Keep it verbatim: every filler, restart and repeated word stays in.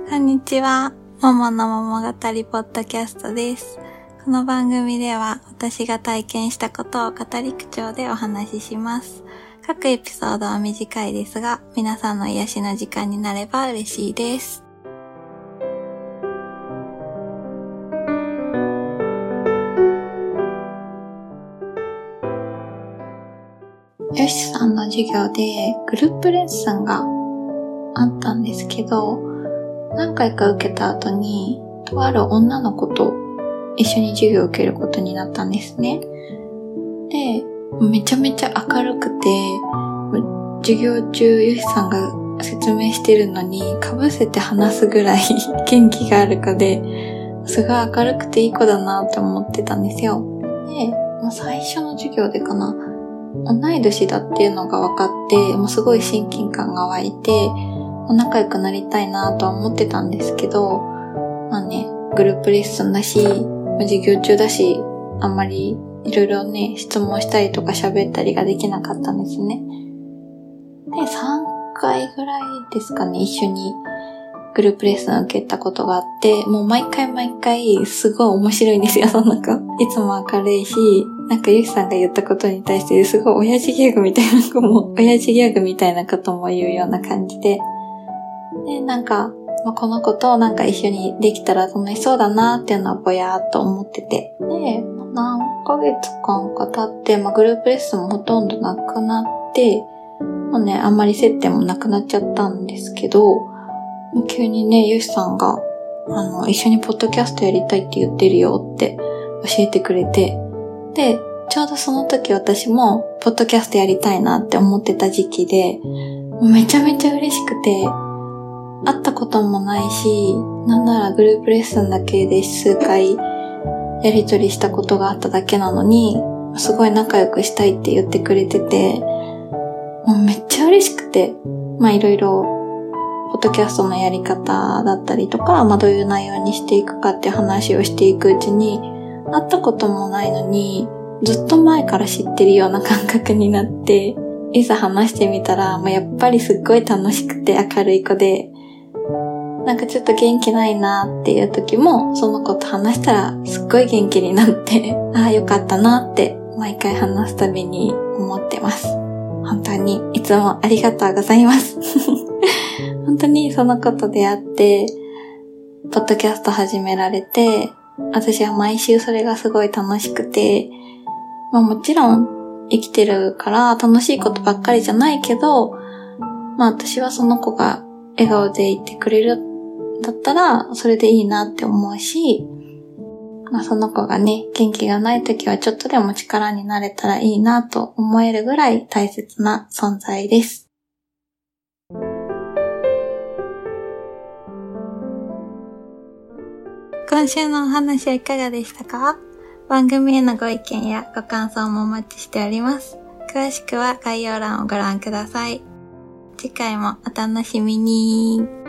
こんにちは。ももの桃語りポッドキャストです。この番組では私が体験したことを語り口調でお話しします。各エピソードは短いですが、皆さんの癒しの時間になれば嬉しいです。よしさんの授業でグループレッスンがあったんですけど、何回か受けた後に、とある女の子と一緒に授業を受けることになったんですね。で、めちゃめちゃ明るくて、授業中よしさんが説明してるのに被せて話すぐらい元気がある子で、すごい明るくていい子だなって思ってたんですよ。で、もう最初の授業でかな、同い年だっていうのが分かって、もうすごい親近感が湧いて、仲良くなりたいなとは思ってたんですけど、まあね、グループレッスンだし、授業中だし、あんまりいろいろね、質問したりとか喋ったりができなかったんですね。で、さんかいぐらいですかね、一緒にグループレッスンを受けたことがあって、もう毎回毎回すごい面白いんですよ、その子。いつも明るいし、なんかゆきさんが言ったことに対してすごい親父ギャグみたいな子も、親父ギャグみたいなことも言うような感じで、で、なんか、まあ、この子となんか一緒にできたら楽しそうだなっていうのはぼやーっと思ってて。で、何ヶ月間か経って、まあ、グループレッスンもほとんどなくなって、まあね、あんまり接点もなくなっちゃったんですけど、急にね、よしさんが、あの、一緒にポッドキャストやりたいって言ってるよって教えてくれて、で、ちょうどその時私もポッドキャストやりたいなって思ってた時期で、めちゃめちゃ嬉しくて、会ったこともないし、なんならグループレッスンだけで数回やりとりしたことがあっただけなのに、すごい仲良くしたいって言ってくれてて、もうめっちゃ嬉しくて、まあいろいろ、ポッドキャストのやり方だったりとか、まあどういう内容にしていくかっていう話をしていくうちに、会ったこともないのに、ずっと前から知ってるような感覚になって、いざ話してみたら、まあ、やっぱりすっごい楽しくて明るい子で、なんかちょっと元気ないなっていう時も、その子と話したらすっごい元気になって、ああよかったなって毎回話すたびに思ってます。本当にいつもありがとうございます。本当にその子と出会って、ポッドキャスト始められて、私は毎週それがすごい楽しくて、まあもちろん生きてるから楽しいことばっかりじゃないけど、まあ私はその子が笑顔でいてくれるだったらそれでいいなって思うし、まあその子がね、元気がない時はちょっとでも力になれたらいいなと思えるぐらい大切な存在です。今週のお話はいかがでしたか？番組へのご意見やご感想もお待ちしております。詳しくは概要欄をご覧ください。次回もお楽しみに。